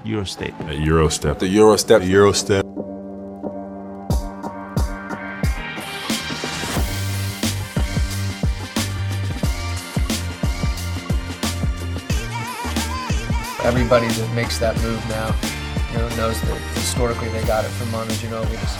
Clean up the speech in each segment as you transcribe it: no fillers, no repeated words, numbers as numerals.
Eurostep. Eurostep. The Eurostep. The Eurostep. Everybody that makes that move now, knows that historically they got it from Manu Ginobili.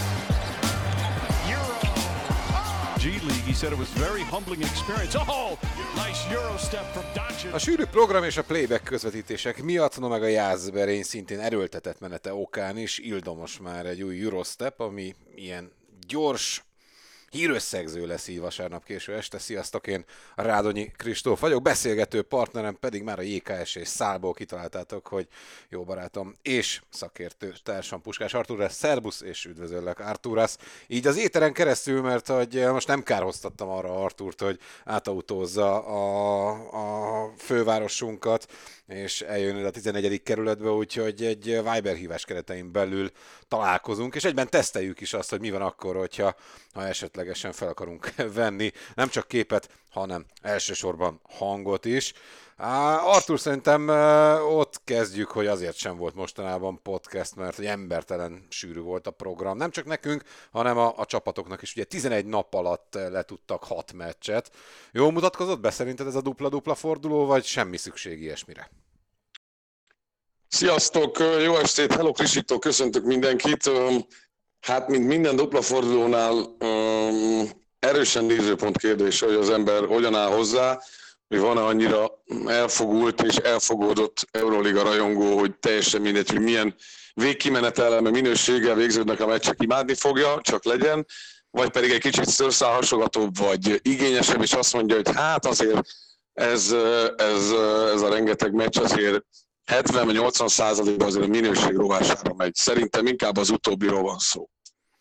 G League, he said it was very humbling experience. Oh, nice Eurostep from Doncic. A sűrű program és a playback közvetítések miatt, no meg a Jászberény szintén erőltetett menete okán is ildomos már egy új Eurostep, ami ilyen gyors hírösszegző lesz így vasárnap késő este. Sziasztok, én Rádonyi Kristóf vagyok, beszélgető partnerem pedig már a JKS és szálból kitaláltátok, hogy jó barátom és szakértő társam Puskás Artúrász. Szerbusz, és üdvözöllek, Artúrász. Így az éteren keresztül, mert hogy most nem kárhoztattam arra Artúrt, hogy átautózza a fővárosunkat, és eljön a 14. kerületbe, úgyhogy egy Viber hívás keretein belül találkozunk, és egyben teszteljük is azt, hogy mi van akkor, ha esetlegesen fel akarunk venni nem csak képet, hanem elsősorban hangot is. Artúr, szerintem ott kezdjük, hogy azért sem volt mostanában podcast, mert hogy embertelen sűrű volt a program. Nem csak nekünk, hanem a csapatoknak is. Ugye 11 nap alatt letudtak 6 meccset. Jól mutatkozott be szerinted ez a dupla-dupla forduló, vagy semmi szükség ilyesmire? Sziasztok, jó estét, hello Krisiktól, köszöntök mindenkit. Hát, mint minden dupla fordulónál erősen nézőpont kérdés, hogy az ember hogyan áll hozzá, hogy van-e annyira elfogult és elfogódott Euroliga rajongó, hogy teljesen mindegy, hogy milyen végkimenetellel, minőséggel végződnek a meccsek, imádni fogja, csak legyen, vagy pedig egy kicsit szőrszálhasogatóbb, vagy igényesebb, és azt mondja, hogy hát azért ez a rengeteg meccs azért 70-80%-ban azért a minőség rovására megy. Szerintem inkább az utóbbiról van szó.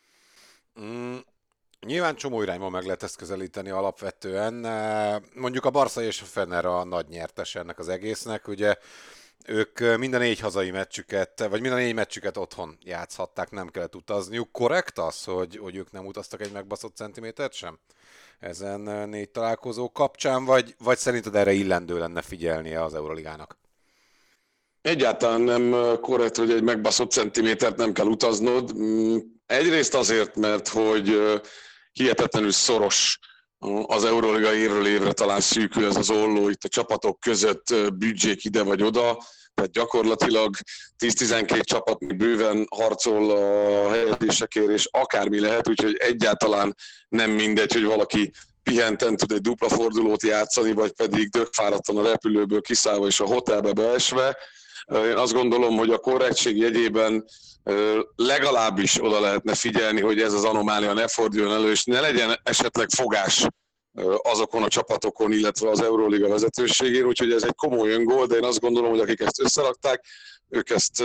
Nyilván csomó irányban meg lehet ezt közelíteni alapvetően. Mondjuk a Barca és a Fener a nagy nyertes ennek az egésznek. Ugye ők minden 4 hazai meccsüket, vagy minden 4 meccsüket otthon játszhatták, nem kellett utazniuk. Korrekt az, hogy ők nem utaztak egy megbaszott centimétert sem? Ezen 4 találkozó kapcsán, vagy szerinted erre illendő lenne figyelnie az Euroligának? Egyáltalán nem korrekt, hogy egy megbaszott centimétert nem kell utaznod. Egyrészt azért, mert hogy hihetetlenül szoros az Euroliga évről évre, talán szűkül ez az olló itt a csapatok között, büdzsék ide vagy oda, tehát gyakorlatilag 10-12 csapat még bőven harcol a helyezésekért, és akármi lehet, úgyhogy egyáltalán nem mindegy, hogy valaki pihenten tud egy dupla fordulót játszani, vagy pedig dögfáradtan a repülőből kiszállva és a hotelbe beesve. Én azt gondolom, hogy a korrektség jegyében legalábbis oda lehetne figyelni, hogy ez az anomália ne forduljon elő, és ne legyen esetleg fogás azokon a csapatokon, illetve az Euroliga vezetőségén, úgyhogy ez egy komoly öngól, de én azt gondolom, hogy akik ezt összerakták, ők ezt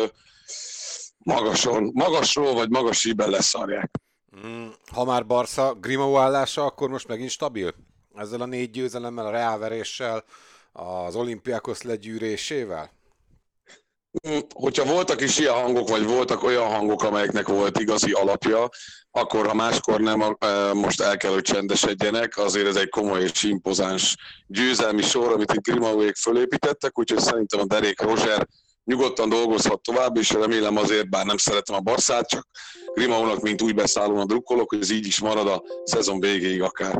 magasról vagy magas síben leszarják. Ha már Barca Grimau állása, akkor most megint stabil? Ezzel a 4 győzelemmel, a reálveréssel, az Olympiakos legyűrésével? Hogyha voltak is ilyen hangok, vagy voltak olyan hangok, amelyeknek volt igazi alapja, akkor ha máskor nem, most el kell, hogy csendesedjenek. Azért ez egy komoly és impozáns győzelmi sor, amit itt Grimauék fölépítettek, úgyhogy szerintem a derék Rozser nyugodtan dolgozhat tovább, és remélem azért, bár nem szeretem a Barszát, csak Grimaunak, mint új beszállónak drukkolok, hogy ez így is marad a szezon végéig akár.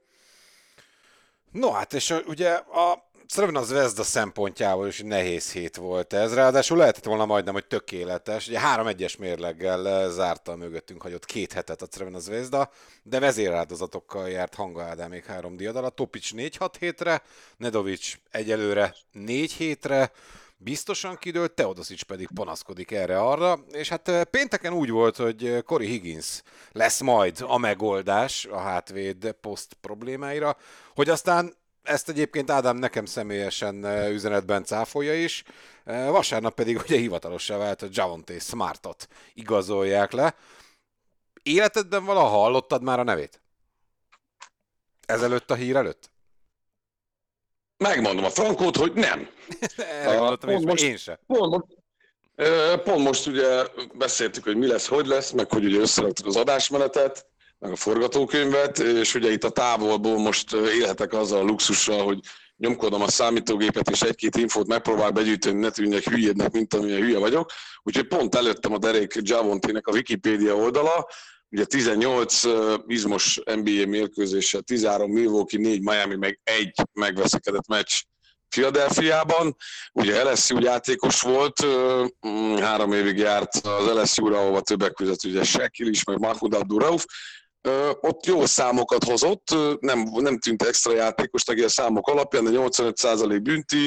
No hát, és ugye a Crvena Zvezda szempontjából is nehéz hét volt ez, ráadásul lehetett volna majdnem, hogy tökéletes. Ugye 3-1-es mérleggel zárta a mögöttünk hagyott 2 hetet a Crvena Zvezda, de vezéráldozatokkal járt Hanga Ádám még 3 diadal. A Topic 4-6 hétre, Nedovic egyelőre 4 hétre, biztosan kidőlt, Teodosic pedig panaszkodik erre-arra, és hát pénteken úgy volt, hogy Corey Higgins lesz majd a megoldás a hátvéd poszt problémáira, hogy aztán ezt egyébként Ádám nekem személyesen üzenetben cáfolja is, vasárnap pedig ugye hivatalossá vált, hogy Javonte Smartot igazolják le. Életedben valaha hallottad már a nevét? Ezelőtt a hír előtt? Megmondom a frankót, hogy nem. Erre gondoltam én sem. Pont most ugye beszéltük, hogy mi lesz, hogy lesz, meg hogy ugye összeraktuk az adásmenetet, meg a forgatókönyvet, és ugye itt a távolból most élhetek azzal a luxussal, hogy nyomkodom a számítógépet, és egy-két infót megpróbál begyűjteni, ne tűnjek hülyédnek, mint amilyen hülye vagyok. Úgyhogy pont előttem a Derek Javontének a Wikipédia oldala, ugye 18 izmos NBA mérkőzéssel, 13 Milwaukee, 4 Miami, meg 1 megveszekedett meccs Philadelphiában. Ugye LSU játékos volt, 3 évig járt az LSU-ra, ahova többek között ugye Shaquille is, meg Mahmoud Abdul-Rauf. Ott jó számokat hozott, nem tűnt extra játékosnak ilyen számok alapján, de 85% bünti.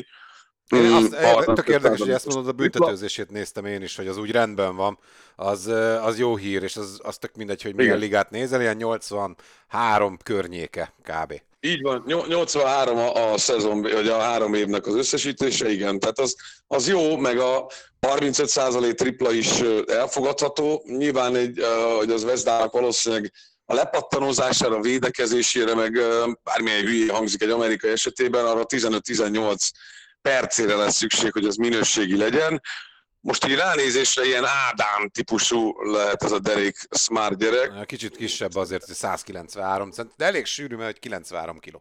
Tök érdekes, hogy ezt mondod, a büntetőzését néztem én is, hogy az úgy rendben van, az jó hír, és az tök mindegy, hogy milyen ligát nézel, ilyen 83 környéke kb. Így van, 83 a szezon, vagy a 3 évnek az összesítése, igen, tehát az jó, meg a 35% tripla is elfogadható. Nyilván hogy az Vezdának valószínűleg a lepattanózására, a védekezésére, meg bármilyen hülyé hangzik egy amerikai esetében, arra 15-18 percére lesz szükség, hogy az minőségi legyen. Most így ránézésre ilyen Ádám típusú lehet ez a Derek Smart gyerek. Kicsit kisebb azért, hogy 193 cent, de elég sűrű, mert hogy 93 kiló.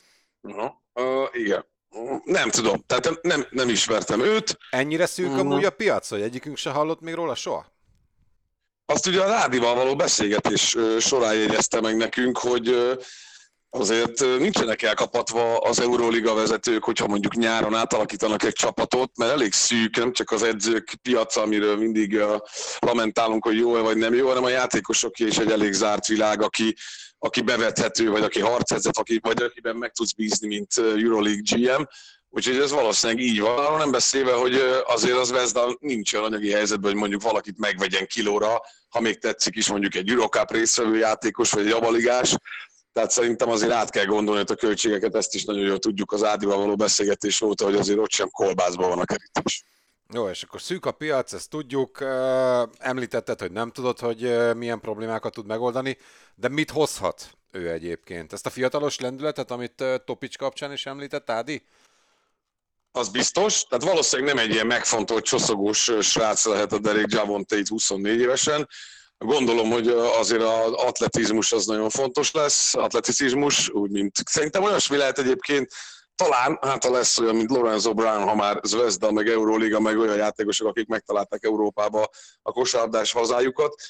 Igen. Nem tudom, tehát nem ismertem őt. Ennyire szűk amúgy a piac, hogy egyikünk se hallott még róla soha? Azt ugye a Rádival való beszélgetés során jegyezte meg nekünk, hogy azért nincsenek elkapatva az Euróliga vezetők, hogyha mondjuk nyáron átalakítanak egy csapatot, mert elég szűk, nem csak az edzők piaca, amiről mindig lamentálunk, hogy jó vagy nem jó, hanem a játékosoké is egy elég zárt világ, aki bevethető, vagy aki harcedzet, vagy akiben meg tudsz bízni, mint Euroleague GM. Úgyhogy ez valószínűleg így van. Arról nem beszélve, hogy azért az Vezda nincs olyan anyagi helyzetben, hogy mondjuk valakit megvegyen kilóra, ha még tetszik is mondjuk egy Eurocup résztvevő játékos, vagy egy jabaligás. Tehát szerintem azért át kell gondolni a költségeket, ezt is nagyon jól tudjuk az Ádival való beszélgetés óta, hogy azért ott sem kolbászban van a kerítés. Jó, és akkor szűk a piac, ezt tudjuk. Említetted, hogy nem tudod, hogy milyen problémákat tud megoldani, de mit hozhat ő egyébként? Ezt a fiatalos lendületet, amit Topics kapcsán is említett, Ádi? Az biztos, tehát valószínűleg nem egy ilyen megfontolt, csoszogós srác lehet a Derek Javonte 24 évesen. Gondolom, hogy azért az atletizmus az nagyon fontos lesz, atleticizmus, úgy mint szerintem olyasmi lehet egyébként, talán, hát ha lesz olyan, mint Lorenzo Brown, ha már Zvezda, meg Euróliga, meg olyan játékosok, akik megtalálták Európába a kosárlabdás hazájukat.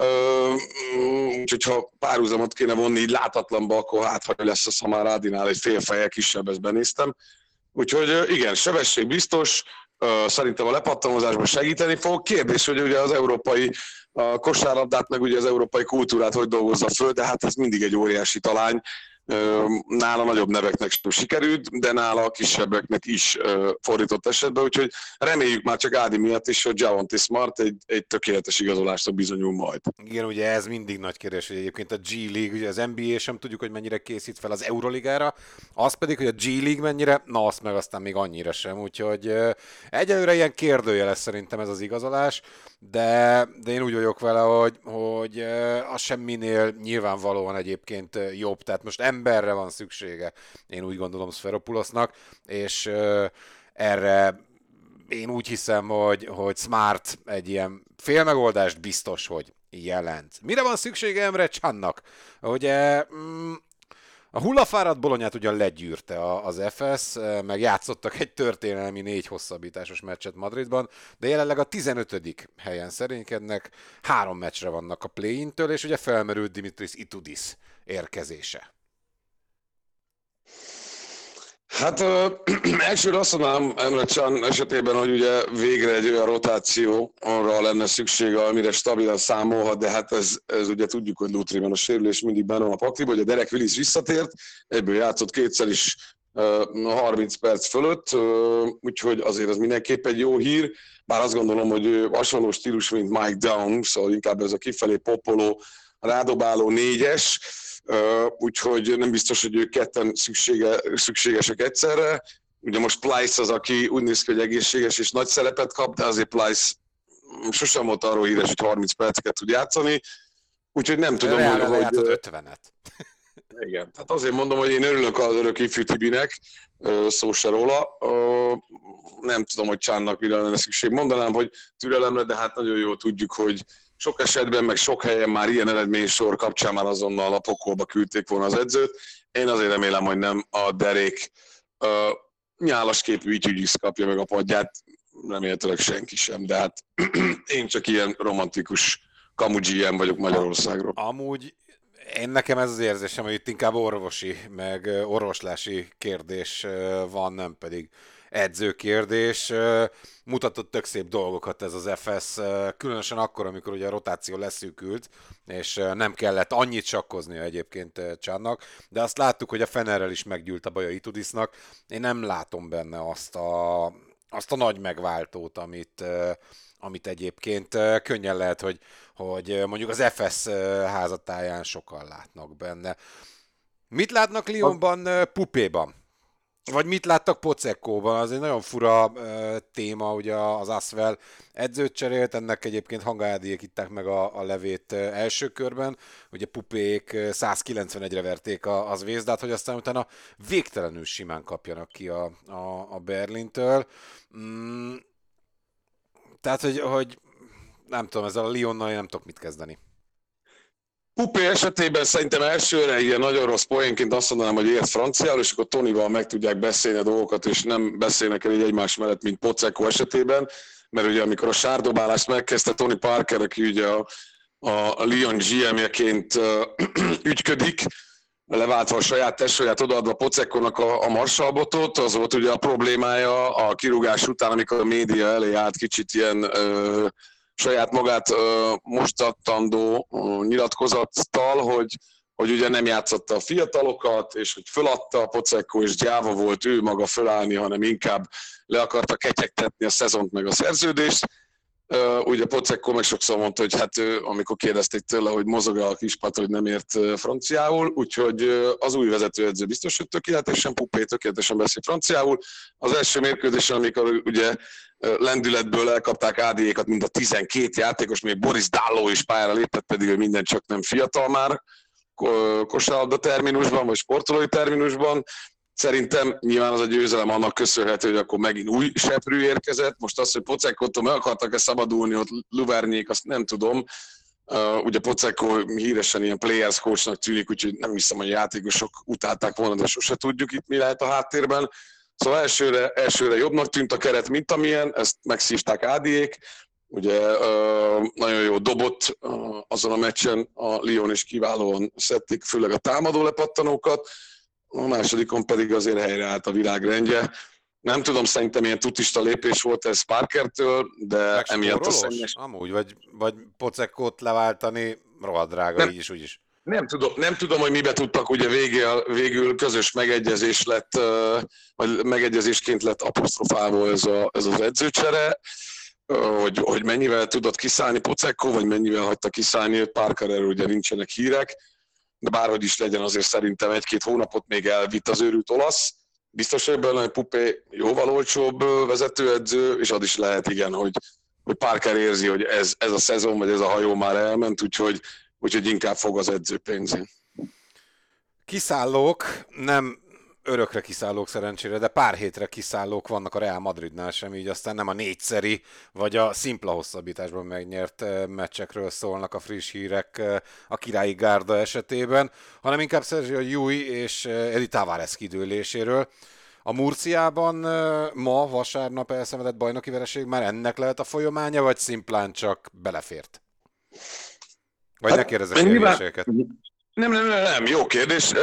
Úgyhogy ha párhuzamot kéne vonni így látatlanba, akkor hát ha lesz a Szamarádinál egy fél fejjel kisebb, ezt benéztem. Úgyhogy igen, sebesség biztos, szerintem a lepattanozásban segíteni fog. Kérdés, hogy ugye az európai kosárlabdát, meg ugye az európai kultúrát hogy dolgozza föl, de hát ez mindig egy óriási talány. Nála nagyobb neveknek sem sikerült, de nála a kisebbeknek is fordított esetben, úgyhogy reméljük már csak Ádi miatt is, hogy Javonte Smart egy tökéletes igazolásra bizonyul majd. Igen, ugye ez mindig nagy kérdés, hogy egyébként a G-League, ugye az NBA sem tudjuk, hogy mennyire készít fel az Euroligára, az pedig, hogy a G-League mennyire, na azt meg aztán még annyira sem, úgyhogy egyelőre ilyen kérdője lesz szerintem ez az igazolás, de én úgy vagyok vele, hogy az semminél nyilvánvalóan egyébként jobb, tehát most emberre van szüksége, én úgy gondolom Sferopulosnak, és erre én úgy hiszem, hogy Smart egy ilyen félmegoldást biztos, hogy jelent. Mire van szüksége Emre Cannak? Ugye a hullafáradt Bolonyát ugyan legyűrte az Efes, meg játszottak egy történelmi 4 hosszabbításos meccset Madridban, de jelenleg a 15. helyen szerénykednek, 3 meccsre vannak a play-intől, és ugye felmerült Dimitris Itoudis érkezése. Hát elsőre azt mondanám Emre Can esetében, hogy ugye végre egy olyan rotáció arra lenne szüksége, amire stabilan számolhat, de hát ez ugye tudjuk, hogy Lutriban a sérülés mindig benne van a pakliba, hogy a Derek Willis visszatért, ebből játszott kétszer is 30 perc fölött, úgyhogy azért az mindenképp egy jó hír, bár azt gondolom, hogy hasonló stílus, mint Mike Down, szóval inkább ez a kifelé popoló, rádobáló 4-es, úgyhogy nem biztos, hogy ők ketten szükségesek egyszerre. Ugye most Plyce az, aki úgy néz ki, hogy egészséges és nagy szerepet kap, de azért Plyce sosem volt arról híres, hogy 30 perceket tud játszani, úgyhogy nem tudom, hogy... 50-et. Igen, tehát azért mondom, hogy én örülök az örök ifjú Tibinek, szó se róla. Nem tudom, hogy Csánnak mire lenne szükség. Mondanám, hogy türelemre, de hát nagyon jól tudjuk, hogy sok esetben, meg sok helyen már ilyen eredménysor kapcsán már azonnal a pokolba küldték volna az edzőt. Én azért remélem, hogy nem a Derek nyálas képű Ityügyisz kapja meg a padját, remélhetőleg senki sem, de hát én csak ilyen romantikus kamu GM vagyok Magyarországról. Amúgy nekem ez az érzésem, hogy itt inkább orvosi, meg orvoslási kérdés van, nem pedig edzőkérdés. Mutatott tök szép dolgokat ez az FS, különösen akkor, amikor ugye a rotáció leszűkült, és nem kellett annyit sakkoznia egyébként Csannak, de azt láttuk, hogy a Fenerrel is meggyűlt a baj a Itudisnak. Én nem látom benne azt a nagy megváltót, amit egyébként könnyen lehet, hogy mondjuk az FS házatáján sokan látnak benne. Mit látnak Lyonban, Pupéban? Vagy mit láttak Poceccóban? Az egy nagyon fura téma, ugye az Asvel edzőt cserélt, ennek egyébként Hangádiék itták meg a levét első körben, ugye Pupék 191-re verték az Zvézdát, hogy aztán utána végtelenül simán kapjanak ki a Berlintől. Tehát, hogy nem tudom, ezzel a Lyonnal én nem tudok mit kezdeni. Pupé esetében szerintem elsőre ilyen nagyon rossz poénként azt mondanám, hogy ért franciául, és akkor Tonival meg tudják beszélni a dolgokat, és nem beszélnek el így egymás mellett, mint Poceccó esetében, mert ugye amikor a sárdobálást megkezdte Tony Parker, aki ugye a Lyon GM-jeként ügyködik, leváltva a saját testsaját, odaadva Poceccónak a marsalbotot, az volt ugye a problémája a kirúgás után, amikor a média elé állt kicsit ilyen saját magát mostattandó nyilatkozattal, hogy ugye nem játszotta a fiatalokat, és hogy föladta a Poceccó, és gyáva volt ő maga fölállni, hanem inkább le akarta ketyegtetni a szezont meg a szerződést. Ugye Poceccó meg sokszor mondta, hogy hát amikor kérdezték tőle, hogy mozog a kispat, hogy nem ért franciául, úgyhogy az új vezetőedző biztos, hogy tökéletesen, Pupé tökéletesen beszél franciául. Az első mérkőzésen, amikor ugye lendületből elkapták Ádiékat, mind a 12 játékos, még Boris Dalló is pályára lépett, pedig ő minden csak nem fiatal már kosárlabda terminusban, vagy sportolói terminusban. Szerintem nyilván az a győzelem annak köszönhető, hogy akkor megint új seprű érkezett. Most azt, hogy Poceccótól meg akartak-e szabadulni ott Luvernyék, azt nem tudom. Ugye Poceccó híresen ilyen players coachnak tűnik, úgyhogy nem hiszem, hogy a játékosok utálták volna, de sose tudjuk itt mi lehet a háttérben. Szóval elsőre jobbnak tűnt a keret, mint amilyen, ezt megszívták Ádiék. Ugye nagyon jó dobott azon a meccsen, a Lyon is kiválóan szedték, főleg a támadó lepattanókat. A másodikon pedig azért helyreállt a világrendje. Nem tudom, szerintem ilyen tutista lépés volt ez Parkertől, de emiatt a szennyes... Amúgy, vagy Poceccót leváltani rohadt drága, így is, úgy is. Nem tudom, hogy mibe tudtak, ugye végül közös megegyezés lett, vagy megegyezésként lett apostrofálva ez az edzőcsere, hogy mennyivel tudott kiszállni Poceccó, vagy mennyivel hagyta kiszállni őt, Parkerről ugye nincsenek hírek, de bárhogy is legyen, azért szerintem 1-2 hónapot még elvitt az őrült olasz. Biztos, hogy benne, hogy Pupé jóval olcsóbb vezetőedző, és az is lehet, igen, hogy Parker érzi, hogy ez a szezon, vagy ez a hajó már elment, úgyhogy inkább fog az edző pénzén. Kiszállók, nem örökre kiszállók szerencsére, de pár hétre kiszállók vannak a Real Madridnál sem, így aztán nem a 4-szeri, vagy a szimpla hosszabbításban megnyert meccsekről szólnak a friss hírek a királyi gárda esetében, hanem inkább Sergio Llull és Edi Tavares kidőléséről. A Murciában ma vasárnap elszenvedett bajnoki vereség már ennek lehet a folyamánya, vagy szimplán csak belefért? Vagy ne kérdezzek kérdéseket. Nem, jó kérdés.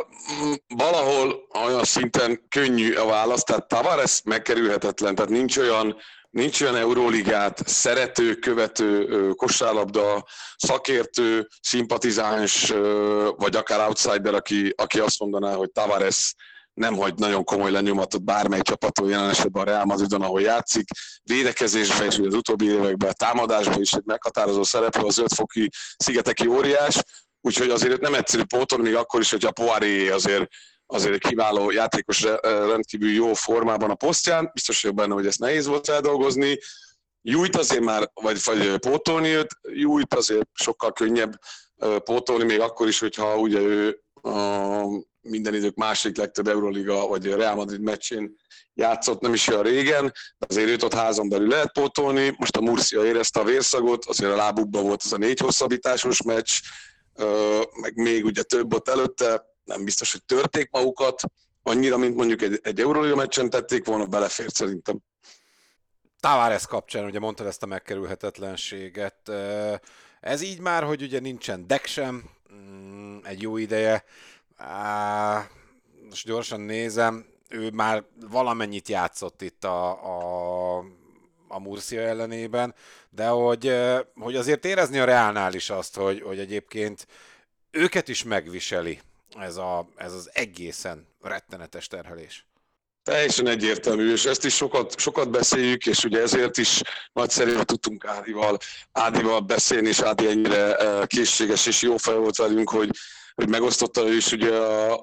Valahol olyan szinten könnyű a válasz, tehát Tavares megkerülhetetlen, tehát nincs olyan Euróligát szerető, követő kosárlabda, szakértő, szimpatizáns, vagy akár outsider, aki azt mondaná, hogy Tavares nem hagy nagyon komoly lenyomatot bármely csapaton, jelen esetben a Real Madridon, ahol játszik. Védekezésben és az utóbbi években, támadásban is egy meghatározó szereplő, az 5 foki szigeteki óriás, úgyhogy azért nem egyszerű póton, még akkor is, hogy a Poirier azért egy kiváló játékos, rendkívül jó formában a posztján, biztos vagyok benne, hogy ezt nehéz volt feldolgozni. Lluillt azért már, vagy pótolni őt, Lluillt azért sokkal könnyebb pótolni, még akkor is, hogyha ugye ő minden idők második legtöbb Euroliga vagy Real Madrid meccsén játszott, nem is olyan régen, de azért őt ott házon belül lehet pótolni. Most a Murcia érezte a vérszagot, azért a lábukban volt ez a 4 hosszabbításos meccs, meg még ugye több ott előtte, nem biztos, hogy törték magukat, annyira, mint mondjuk egy Euroliga meccsen tették volna, belefért szerintem. Tavares kapcsán ugye mondtad ezt a megkerülhetetlenséget. Ez így már, hogy ugye nincsen Dek sem, egy jó ideje. Most gyorsan nézem, ő már valamennyit játszott itt a Murcia ellenében, de hogy azért érezni a Reálnál is azt, hogy egyébként őket is megviseli ez az egészen rettenetes terhelés. Teljesen egyértelmű, és ezt is sokat beszéljük, és ugye ezért is nagyszerűen tudtunk Ádival beszélni, és Ádi ennyire készséges és jó fej volt velünk, hogy megosztotta ő is ugye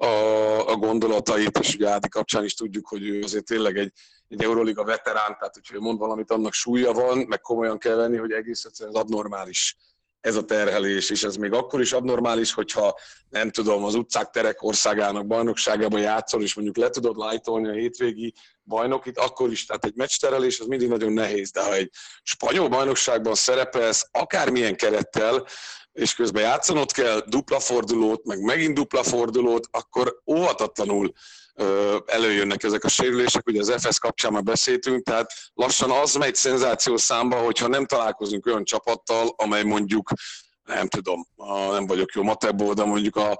a gondolatait, és ugye Ádi kapcsán is tudjuk, hogy ő azért tényleg egy Euroliga veterán, tehát hogyha mond valamit, annak súlya van, meg komolyan kell venni, hogy egész egyszerűen abnormális ez a terhelés, és ez még akkor is abnormális, hogyha nem tudom, az utcák terek országának bajnokságában játszol, és mondjuk le tudod lájtolni a hétvégi bajnokit, akkor is, tehát egy meccsterelés az mindig nagyon nehéz, de ha egy spanyol bajnokságban szerepelsz, akármilyen kerettel, és közben játszanod kell dupla fordulót, meg megint dupla fordulót, akkor óvatatlanul előjönnek ezek a sérülések, ugye az FS kapcsán már beszéltünk, tehát lassan az megy szenzációs számba, hogyha nem találkozunk olyan csapattal, amely mondjuk, nem tudom, nem vagyok jó matekból, de mondjuk a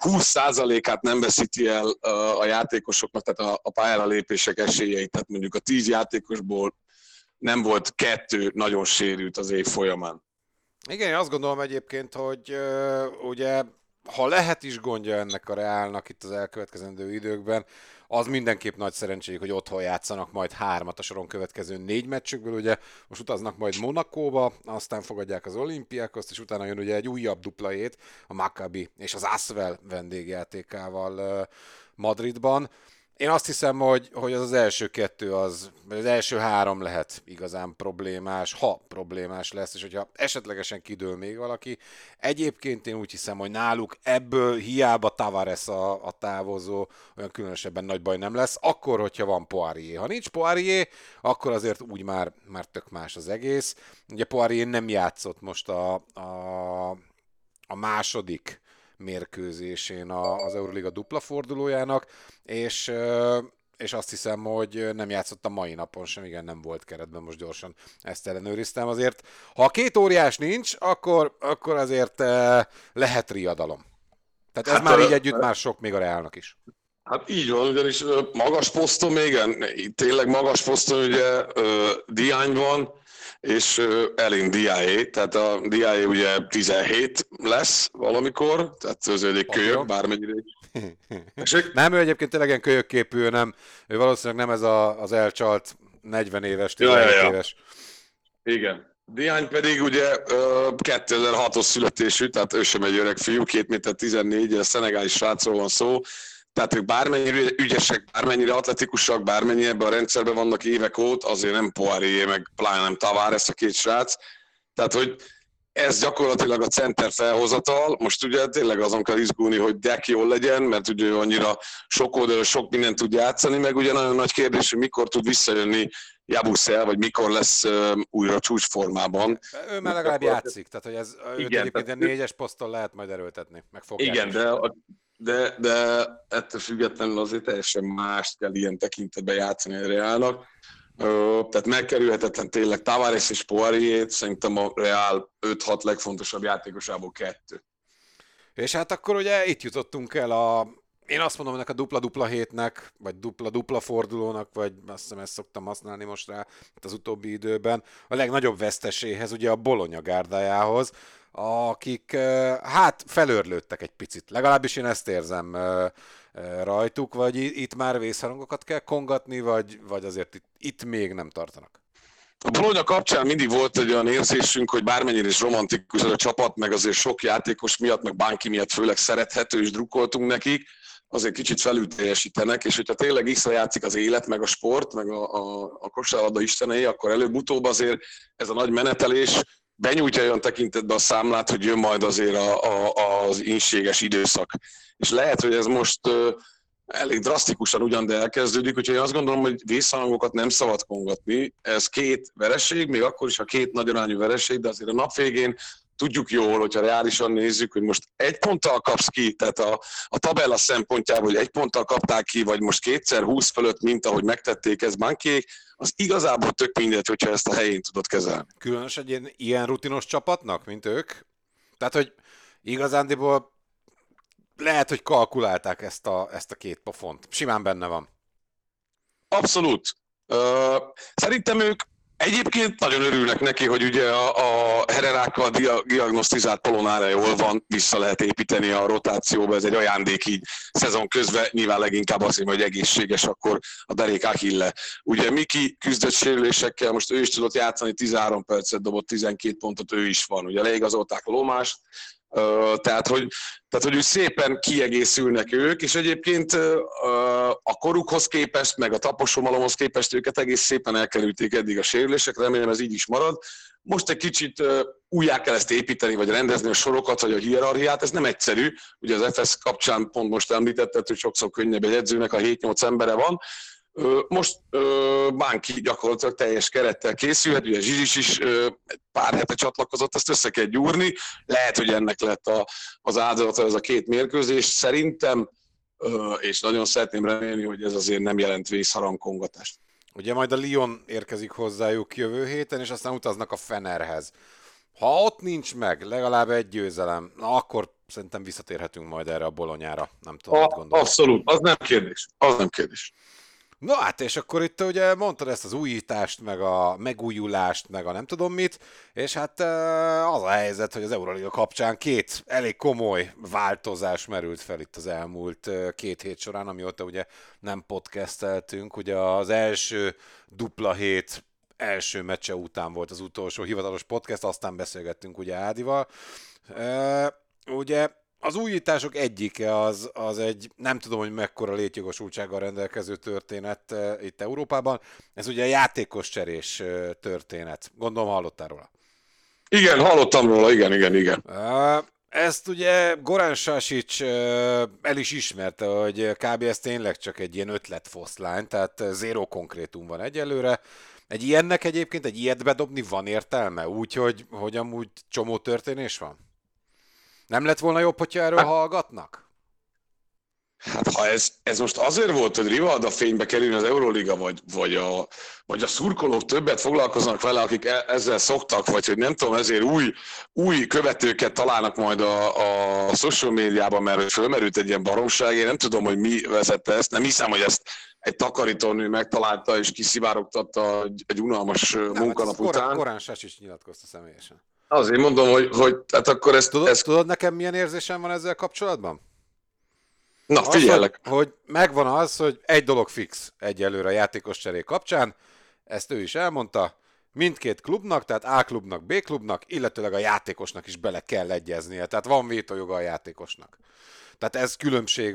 20%-át nem veszíti el a játékosoknak, tehát a pályára lépések esélyeit, tehát mondjuk a 10 játékosból nem volt 2 nagyon sérült az év folyamán. Igen, én azt gondolom egyébként, hogy ugye ha lehet is gondja ennek a Reálnak itt az elkövetkezendő időkben, az mindenképp nagy szerencséjük, hogy otthon játszanak majd 3 a soron következő 4 meccsükből, ugye most utaznak majd Monakóba, aztán fogadják az Olympiakoszt, és utána jön ugye egy újabb dupla hét, a Maccabi és az Asvel vendégjátékával Madridban. Én azt hiszem, hogy az első 2, az első 3 lehet igazán problémás, ha problémás lesz, és hogyha esetlegesen kidől még valaki. Egyébként én úgy hiszem, hogy náluk ebből hiába Tavares a távozó, olyan különösebben nagy baj nem lesz, akkor, hogyha van Poirier. Ha nincs Poirier, akkor azért úgy már tök más az egész. Ugye Poirier nem játszott most a második mérkőzésén az Euroliga dupla fordulójának, és azt hiszem, hogy nem játszott a mai napon sem, igen, nem volt keretben, most gyorsan ezt ellenőriztem. Azért, ha a 2 óriás nincs, akkor azért lehet riadalom. Tehát ez már így együtt már sok még a Reálnak is. Hát így van, ugyanis magas poszton még, tényleg magas poszton ugye Diány van, és Elin Diaye, tehát a Diaye ugye 17 lesz valamikor, tehát ez egy kölyök, bármennyire. Nem, ő egyébként tényleg ilyen kölyökképű, nem, ő valószínűleg nem ez az elcsalt 40 éves, 17 éves. Igen. Diány pedig ugye 2006-os születésű, tehát ő sem egy öreg fiú, 2 méter 14, a szenegáli srácról van szó, tehát ők bármennyire ügyesek, bármennyire atletikusak, bármennyire ebben a rendszerben vannak évek óta, azért nem Poirier, meg pláne nem Tavares a 2 srác. Tehát, hogy ez gyakorlatilag a center felhozatal. Most ugye tényleg azon kell izgulni, hogy Dek jól legyen, mert ugye ő annyira sok oldalon sok mindent tud játszani, meg ugye nagyon nagy kérdés, hogy mikor tud visszajönni Jabusel, vagy mikor lesz újra csúcsformában. Ő már legalább játszik, tehát hogy ez egyébként a 4-es poszton lehet majd erőltetni, meg fogják. Igen, de ettől függetlenül azért teljesen mást kell ilyen tekintetben játszani a Reálnak. Tehát megkerülhetetlen tényleg Tavares és Poirier, szerintem a Real 5-6 legfontosabb játékosából 2. És hát akkor ugye itt jutottunk el én azt mondom, ennek a dupla-dupla hétnek, vagy dupla-dupla fordulónak, vagy azt hiszem ezt szoktam használni most rá az utóbbi időben, a legnagyobb veszteséhez, ugye a Bologna gárdájához, akik hát felőrlődtek egy picit. Legalábbis én ezt érzem rajtuk, vagy itt már vészharangokat kell kongatni, vagy azért itt még nem tartanak? A Bologna kapcsán mindig volt egy olyan érzésünk, hogy bármennyire is romantikus ez a csapat, meg azért sok játékos miatt, meg Bánki miatt főleg szerethető, és drukkoltunk nekik, azért kicsit felül teljesítenek, és hogyha tényleg X-re játszik az élet, meg a sport, meg a kosárlabda istenei, akkor előbb-utóbb azért ez a nagy menetelés benyújtja olyan tekintetbe a számlát, hogy jön majd azért az ínséges időszak. És lehet, hogy ez most elég drasztikusan ugyan, de elkezdődik, úgyhogy én azt gondolom, hogy vészharangokat nem szabad kongatni. Ez 2 vereség, még akkor is, ha 2 nagyarányú vereség, de azért a nap végén tudjuk jól, hogyha reálisan nézzük, hogy most 1 ponttal kapsz ki, tehát a tabella szempontjából, hogy 1 ponttal kapták ki, vagy most 2x 20 fölött, mint ahogy megtették ezt Bankék, az igazából tök mindegy, hogyha ezt a helyén tudod kezelni. Különös egy ilyen rutinos csapatnak, mint ők? Tehát, hogy igazándiból lehet, hogy kalkulálták ezt a 2 pofont. Simán benne van. Abszolút. Szerintem ők egyébként nagyon örülnek neki, hogy ugye a Herrerákkal diagnosztizált Polonara van, vissza lehet építeni a rotációba, ez egy ajándék így szezon közben, nyilván leginkább azért, hogy egészséges akkor a derék Achille. Ugye Miki küzdött sérülésekkel, most ő is tudott játszani, 13 percet dobott, 12 pontot ő is van, ugye leigazolták Lomást, tehát, hogy úgy szépen kiegészülnek ők, és egyébként a korukhoz képest, meg a taposomalomhoz képest őket egész szépen elkerülték eddig a sérülések, remélem ez így is marad. Most egy kicsit újjá kell ezt építeni, vagy rendezni a sorokat, vagy a hierarchiát, ez nem egyszerű. Ugye az FS kapcsán pont most említetted, hogy sokszor könnyebb egy edzőnek, a 7-8 embere van. Most Bánki gyakorlatilag teljes kerettel készülhet, ugye Zsizsis is pár hete csatlakozott, ezt össze kell gyúrni. Lehet, hogy ennek lett az áldozata ez a 2 mérkőzés. Szerintem, és nagyon szeretném remélni, hogy ez azért nem jelent vészharangkongatást. Ugye majd a Lyon érkezik hozzájuk jövő héten, és aztán utaznak a Fenerhez. Ha ott nincs meg legalább egy győzelem, na akkor szerintem visszatérhetünk majd erre a Bolonyára. Nem tudom, mit gondolod. Abszolút, az nem kérdés. No hát, és akkor itt ugye mondtad ezt az újítást, meg a megújulást, meg a nem tudom mit, és hát az a helyzet, hogy az Euroliga kapcsán 2 elég komoly változás merült fel itt az elmúlt 2 hét során, amióta ugye nem podcasteltünk. Ugye az első dupla hét első meccse után volt az utolsó hivatalos podcast, aztán beszélgettünk ugye Ádival. Ugye az újítások egyike az egy, nem tudom, hogy mekkora létjogosultsággal rendelkező történet itt Európában. Ez ugye a játékos cserés történet. Gondolom hallottál róla. Igen, hallottam róla, igen. Ezt ugye Goran Sasic el is ismerte, hogy kb. Ez tényleg csak egy ilyen ötletfoszlány, tehát zéró konkrétum van egyelőre. Egy ilyennek egyébként, egy ilyet bedobni van értelme? Úgyhogy hogy amúgy csomó történés van? Nem lett volna jobb, hogyha erről hallgatnak? Hát ha ez most azért volt, hogy Rivalda fénybe kerüljön az Euroliga, vagy a szurkolók többet foglalkoznak vele, akik ezzel szoktak, vagy hogy nem tudom, ezért új követőket találnak majd a social médiában, mert fölmerült egy ilyen baromság. Én nem tudom, hogy mi vezette ezt. Nem hiszem, hogy ezt egy takarítónő megtalálta és kiszivárogtatta egy unalmas munkanap után. Korán Sasic nyilatkozta személyesen. Azért mondom, hogy hát akkor ezt... Tudod nekem milyen érzésem van ezzel kapcsolatban? Na, figyellek. Hogy megvan az, hogy egy dolog fix egyelőre a játékos cserék kapcsán, ezt ő is elmondta, mindkét klubnak, tehát A klubnak, B klubnak, illetőleg a játékosnak is bele kell egyeznie, tehát van vétójoga a játékosnak. Tehát ez különbség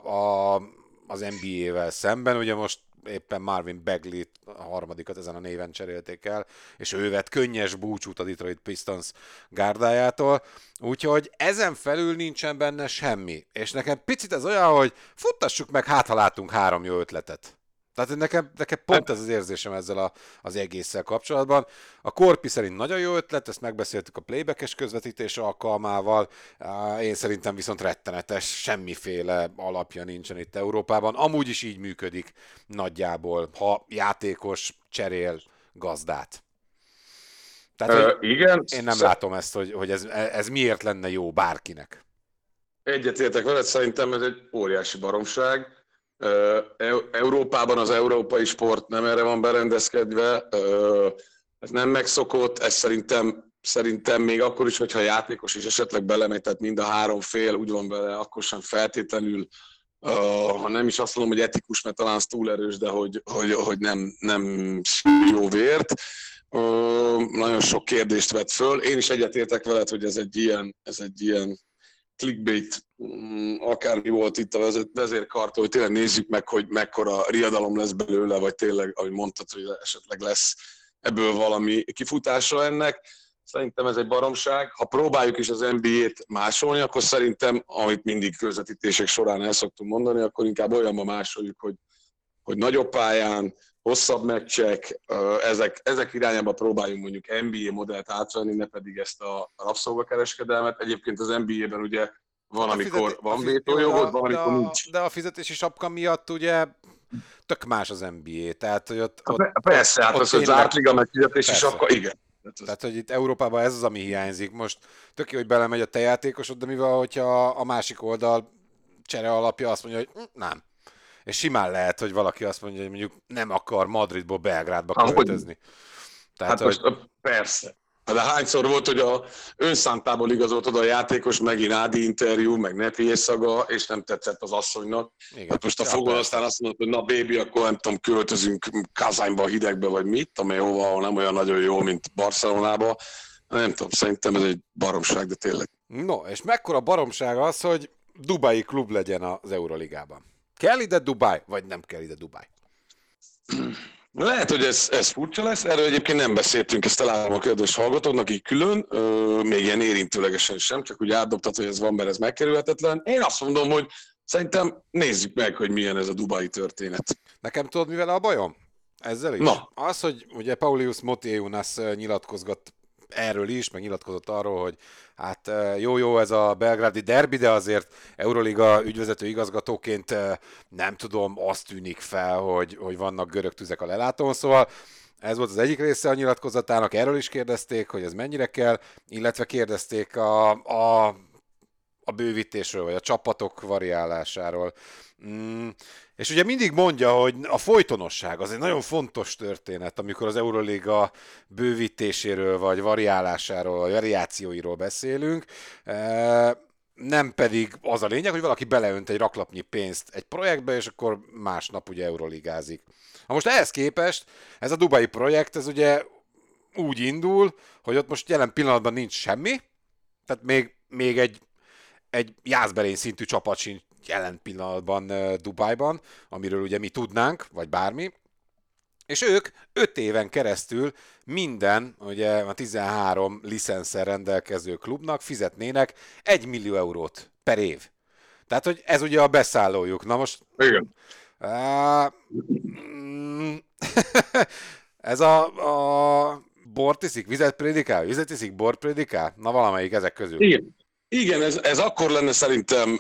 az NBA-vel szemben, ugye most éppen Marvin Bagley a harmadikat ezen a néven cserélték el, és ő vett könnyes búcsút a Detroit Pistons gárdájától, úgyhogy ezen felül nincsen benne semmi. És nekem picit ez olyan, hogy futtassuk meg, hát ha látunk 3 jó ötletet. Tehát nekem pont ez az érzésem ezzel az egésszel kapcsolatban. A Korpi szerint nagyon jó ötlet, ezt megbeszéltük a playback-es közvetítés alkalmával. Én szerintem viszont rettenetes, semmiféle alapja nincsen itt Európában. Amúgy is így működik nagyjából, ha játékos cserél gazdát. Tehát, igen. Én nem látom ezt, hogy ez miért lenne jó bárkinek. Egyetértek veled, szerintem ez egy óriási baromság. Európában az európai sport nem erre van berendezkedve, ez nem megszokott, ez szerintem még akkor is, hogyha a játékos is esetleg belemegy, tehát mind a 3 fél úgy van vele, akkor sem feltétlenül, ha nem is azt mondom, hogy etikus, mert talán az túl erős, de hogy nem jó vért. Nagyon sok kérdést vett föl. Én is egyetértek veled, hogy ez egy ilyen clickbait, akármi volt itt a vezérkartól, hogy tényleg nézzük meg, hogy mekkora riadalom lesz belőle, vagy tényleg, ahogy mondtad, hogy esetleg lesz ebből valami kifutása ennek. Szerintem ez egy baromság. Ha próbáljuk is az NBA-t másolni, akkor szerintem, amit mindig közvetítések során el szoktunk mondani, akkor inkább olyanban másoljuk, hogy nagyobb pályán, hosszabb meccsek, ezek irányába próbáljunk mondjuk NBA modellt átvenni, ne pedig ezt a rabszolgakereskedelmet. Egyébként az NBA-ben ugye van, amikor van vétójogod, van, amikor nincs. De a fizetési sapka miatt ugye tök más az NBA, tehát hogy ott persze, hát az zárt liga, meg fizetési sapka, igen. Tehát, hogy itt Európában ez az, ami hiányzik. Most tök jó, hogy belemegy a te játékosod, de mivel, hogyha a másik oldal csere alapja azt mondja, hogy nem. És simán lehet, hogy valaki azt mondja, hogy mondjuk nem akar Madridból Belgrádba költözni. Tehát, hát most persze. De hányszor volt, hogy a önszántából igazoltad a játékos, megint Ádi interjú, meg Nepi szaga, és nem tetszett az asszonynak. Igen, hát most a fogod aztán azt mondod, hogy na baby, akkor nem tudom, költözünk Kazányba, a hidegbe, vagy mit, amely hova nem olyan nagyon jó, mint Barcelonába. Nem tudom, szerintem ez egy baromság, de tényleg. No, és mekkora baromság az, hogy dubai klub legyen az Euroligában? Kell ide Dubaj, vagy nem kell ide Dubaj? Lehet, hogy ez furcsa lesz, erről egyébként nem beszéltünk, ezt találom a kedves hallgatóknak így külön, még ilyen érintőlegesen sem, csak úgy átdobtad, hogy ez van, mert ez megkerülhetetlen. Én azt mondom, hogy szerintem nézzük meg, hogy milyen ez a dubai történet. Nekem tudod, mivel a bajom? Ezzel is? Na. Az, hogy ugye Paulius Motiejunas nyilatkozgat erről is, meg nyilatkozott arról, hogy hát jó ez a belgrádi derbi, de azért Euroliga ügyvezető igazgatóként nem tudom, azt tűnik fel, hogy vannak görög tüzek a lelátón, szóval ez volt az egyik része a nyilatkozatának, erről is kérdezték, hogy ez mennyire kell, illetve kérdezték a bővítésről, vagy a csapatok variálásáról. És ugye mindig mondja, hogy a folytonosság az egy nagyon fontos történet, amikor az Euroliga bővítéséről, vagy variálásáról, vagy variációiról beszélünk, nem pedig az a lényeg, hogy valaki beleönt egy raklapnyi pénzt egy projektbe, és akkor másnap ugye euroligázik. Ha most ehhez képest ez a dubai projekt, ez ugye úgy indul, hogy ott most jelen pillanatban nincs semmi, tehát még egy Jászberény szintű csapat sincs jelen pillanatban Dubajban, amiről ugye mi tudnánk, vagy bármi, és ők 5 éven keresztül minden, ugye a 13 licenszer rendelkező klubnak fizetnének 1 millió eurót per év. Tehát, hogy ez ugye a beszállójuk. Na most... Igen. Ez a bort iszik, vizet prédikál? Vizet iszik, bort prédikál? Na valamelyik ezek közül. Igen, ez akkor lenne szerintem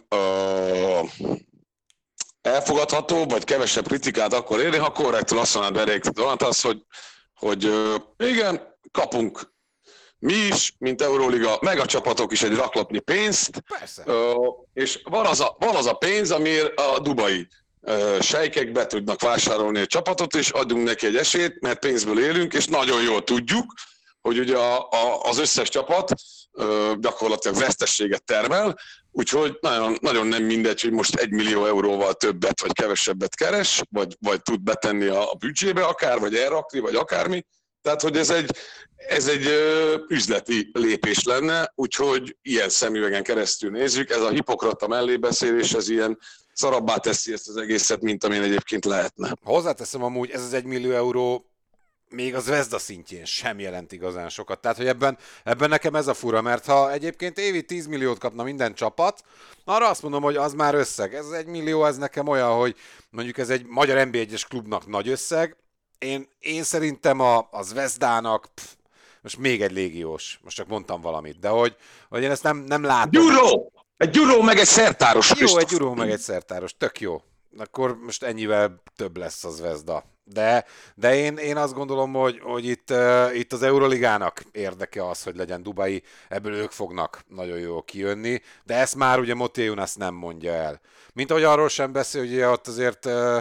elfogadható, vagy kevesebb kritikát akkor érni, ha korrektül azt mondanád Berék, az, hogy igen, kapunk mi is, mint Euroliga, meg a csapatok is egy raklapnyi pénzt. Persze. És van az a pénz, amiért a dubai sejkek be tudnak vásárolni egy csapatot, és adjunk neki egy esélyt, mert pénzből élünk, és nagyon jól tudjuk, hogy ugye az összes csapat gyakorlatilag vesztességet termel, úgyhogy nagyon, nagyon nem mindegy, hogy most 1 millió euróval többet vagy kevesebbet keres, vagy tud betenni a büdzsébe akár, vagy elrakni, vagy akármi. Tehát, hogy ez egy üzleti lépés lenne, úgyhogy ilyen szemüvegen keresztül nézzük. Ez a hipokrata mellébeszélés, ez ilyen szarabbá teszi ezt az egészet, mint amilyen egyébként lehetne. Hozzáteszem amúgy, ez az 1 millió euró még az Zvezda szintjén sem jelent igazán sokat. Tehát, hogy ebben nekem ez a fura, mert ha egyébként évi 10 milliót kapna minden csapat, arra azt mondom, hogy az már összeg. Ez az 1 millió, ez nekem olyan, hogy mondjuk ez egy magyar NB1-es klubnak nagy összeg. Én szerintem a Zvezdának, most még egy légiós, most csak mondtam valamit, de hogy én ezt nem látom. Egy gyuró meg egy szertáros. Jó, egy gyuró meg egy szertáros, tök jó. Akkor most ennyivel több lesz az Zvezda. De én azt gondolom, hogy itt az Euroligának érdeke az, hogy legyen Dubai, ebből ők fognak nagyon jól kijönni, de ezt már ugye Motiejunas nem mondja el. Mint ahogy arról sem beszél, hogy ott azért,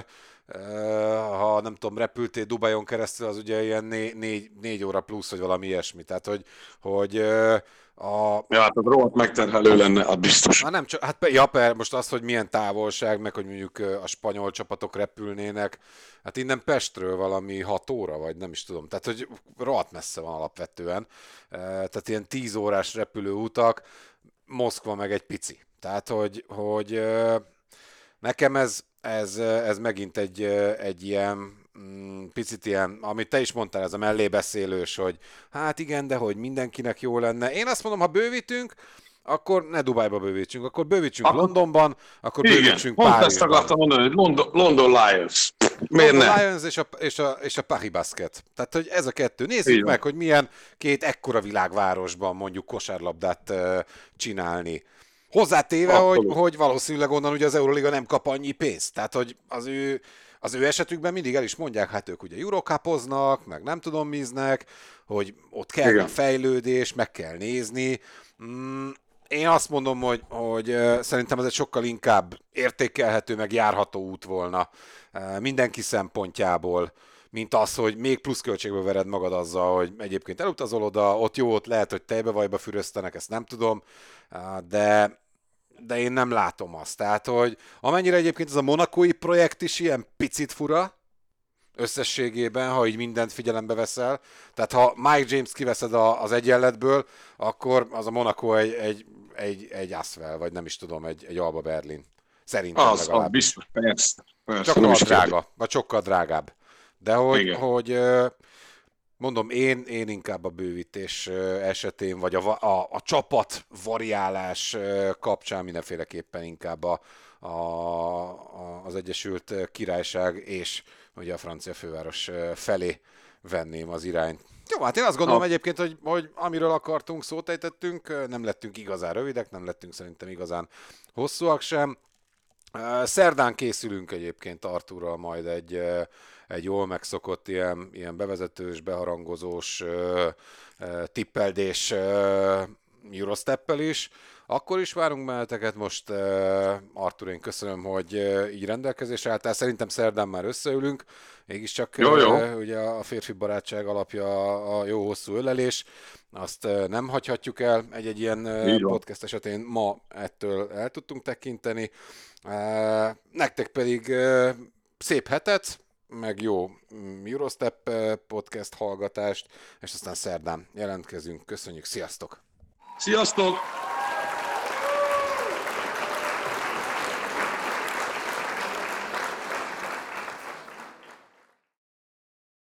ha nem tudom, repültél Dubajon keresztül, az ugye ilyen 4 óra plusz, vagy valami ilyesmi. Tehát, hogy ja, hát az rohadt megterhelő lenne, az biztos. Nem csak, most az, hogy milyen távolság, meg hogy mondjuk a spanyol csapatok repülnének, hát innen Pestről valami 6 óra, vagy nem is tudom. Tehát, hogy rohadt messze van alapvetően. Tehát ilyen 10 órás repülőutak, Moszkva meg egy pici. Tehát, hogy nekem ez megint egy ilyen picit ilyen, amit te is mondtál, ez a mellébeszélős, hogy hát igen, de hogy mindenkinek jó lenne. Én azt mondom, ha bővítünk, akkor ne Dubájba bővítsünk, akkor bővítsünk Londonban, akkor bővítsünk Párizsban. Pont ezt Párizsban. akartam mondani, hogy London Lions. Miért London nem? Lions és a Paris Basket. Tehát, hogy ez a kettő. Nézzük meg, hogy milyen két ekkora világvárosban mondjuk kosárlabdát csinálni. Hozzátéve, hogy valószínűleg onnan ugye az Euroliga nem kap annyi pénzt. Tehát, hogy az ő esetükben mindig el is mondják, hát ők ugye Eurocupoznak, meg nem tudom miznek, hogy ott kell a fejlődés, meg kell nézni. Én azt mondom, hogy szerintem ez egy sokkal inkább értékelhető, meg járható út volna mindenki szempontjából, mint az, hogy még pluszköltségbe vered magad azzal, hogy egyébként elutazol oda, ott lehet, hogy tejbevajba füröztenek, ezt nem tudom, de én nem látom azt. Tehát, hogy amennyire egyébként ez a monakói projekt is ilyen picit fura, összességében, ha így mindent figyelembe veszel. Tehát ha Mike James kiveszed az egyenletből, akkor az a Monaco egy Asvel, vagy nem is tudom, egy Alba Berlin. Szerintem legalább. Az biztos, persze. Csak nem drága, vagy sokkal drágább. De hogy mondom, én inkább a bővítés esetén, vagy a csapat variálás kapcsán mindenféleképpen inkább az Egyesült Királyság és ugye a francia főváros felé venném az irányt. Jó, hát én azt gondolom egyébként, hogy amiről akartunk, szót ejtettünk, nem lettünk igazán rövidek, nem lettünk szerintem igazán hosszúak sem. Szerdán készülünk egyébként Artúrral majd egy jól megszokott ilyen bevezetős, beharangozós, tippeldés Eurosteppel is. Akkor is várunk benneteket, most Artúr, én köszönöm, hogy így rendelkezésre álltál. Szerintem szerdán már összeülünk, mégiscsak ugye a férfi barátság alapja a jó hosszú ölelés, azt nem hagyhatjuk el egy ilyen podcast esetén, ma ettől el tudtunk tekinteni. Nektek pedig szép hetet, meg jó Eurostep podcast hallgatást, és aztán szerdán jelentkezünk. Köszönjük, sziasztok! Sziasztok!